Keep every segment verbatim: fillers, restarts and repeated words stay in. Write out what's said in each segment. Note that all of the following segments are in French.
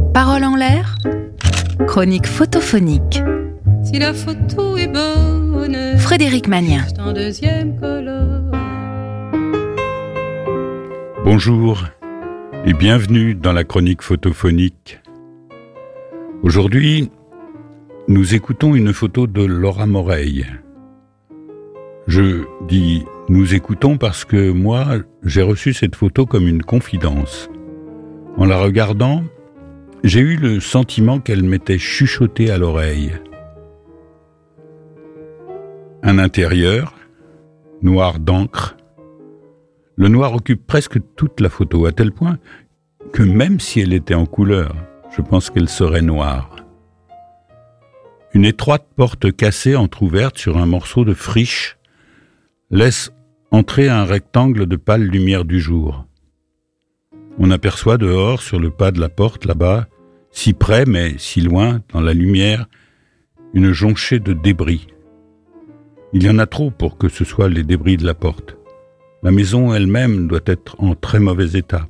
Parole en l'air, chronique photophonique. Si la photo est bonne, Frédéric Magnien. en deuxième colonne. Bonjour et bienvenue dans la chronique photophonique. Aujourd'hui, nous écoutons une photo de Laura Moreille. Je dis « nous écoutons » parce que moi, j'ai reçu cette photo comme une confidence. En la regardant, j'ai eu le sentiment qu'elle m'était chuchotée à l'oreille. Un intérieur, noir d'encre. Le noir occupe presque toute la photo, à tel point que même si elle était en couleur, je pense qu'elle serait noire. Une étroite porte cassée entr'ouverte sur un morceau de friche laisse entrer un rectangle de pâle lumière du jour. On aperçoit dehors, sur le pas de la porte, là-bas, si près mais si loin, dans la lumière, une jonchée de débris. Il y en a trop pour que ce soit les débris de la porte. La maison elle-même doit être en très mauvais état.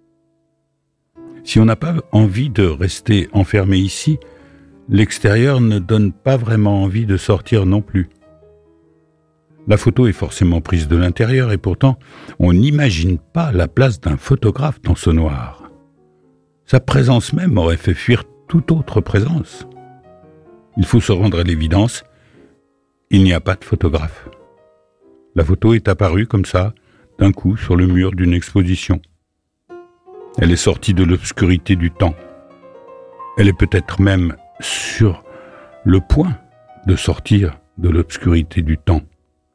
Si on n'a pas envie de rester enfermé ici, l'extérieur ne donne pas vraiment envie de sortir non plus. La photo est forcément prise de l'intérieur et pourtant, on n'imagine pas la place d'un photographe dans ce noir. Sa présence même aurait fait fuir toute autre présence. Il faut se rendre à l'évidence, il n'y a pas de photographe. La photo est apparue comme ça, d'un coup, sur le mur d'une exposition. Elle est sortie de l'obscurité du temps. Elle est peut-être même sur le point de sortir de l'obscurité du temps.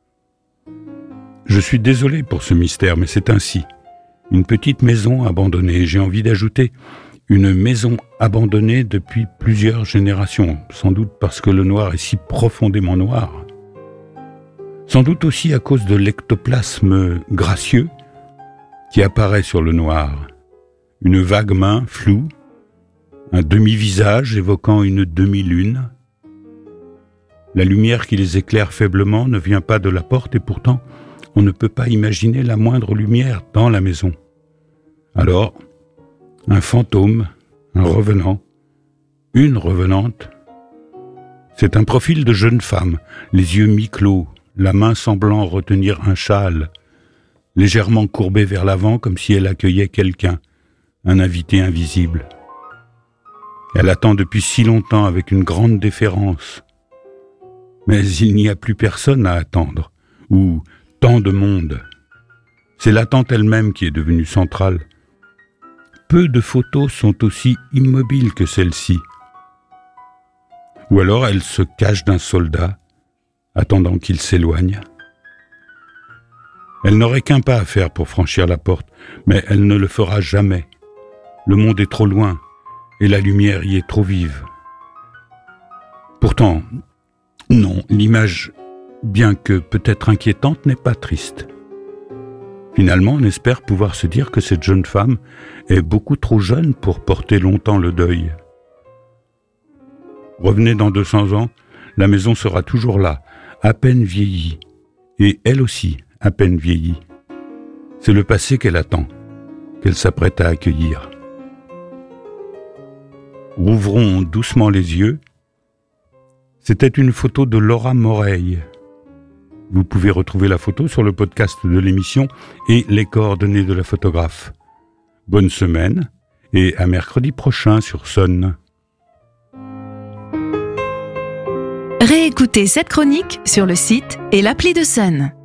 Je suis désolé pour ce mystère, mais c'est ainsi. Une petite maison abandonnée, j'ai envie d'ajouter une maison abandonnée depuis plusieurs générations, sans doute parce que le noir est si profondément noir. Sans doute aussi à cause de l'ectoplasme gracieux qui apparaît sur le noir. Une vague main floue, un demi-visage évoquant une demi-lune. La lumière qui les éclaire faiblement ne vient pas de la porte et pourtant, on ne peut pas imaginer la moindre lumière dans la maison. Alors, un fantôme, un revenant, une revenante. C'est un profil de jeune femme, les yeux mi-clos, la main semblant retenir un châle, légèrement courbée vers l'avant comme si elle accueillait quelqu'un, un invité invisible. Elle attend depuis si longtemps avec une grande déférence. Mais il n'y a plus personne à attendre, ou tant de monde. C'est l'attente elle-même qui est devenue centrale. Peu de photos sont aussi immobiles que celle-ci. Ou alors elle se cache d'un soldat, attendant qu'il s'éloigne. Elle n'aurait qu'un pas à faire pour franchir la porte, mais elle ne le fera jamais. Le monde est trop loin, et la lumière y est trop vive. Pourtant, non, l'image, bien que peut-être inquiétante, n'est pas triste. Finalement, on espère pouvoir se dire que cette jeune femme est beaucoup trop jeune pour porter longtemps le deuil. Revenez dans deux cents ans, la maison sera toujours là, à peine vieillie, et elle aussi à peine vieillie. C'est le passé qu'elle attend, qu'elle s'apprête à accueillir. Rouvrons doucement les yeux. C'était une photo de Laura Moreille. Vous pouvez retrouver la photo sur le podcast de l'émission et les coordonnées de la photographe. Bonne semaine et à mercredi prochain sur Sun. Réécoutez cette chronique sur le site et l'appli de Sun.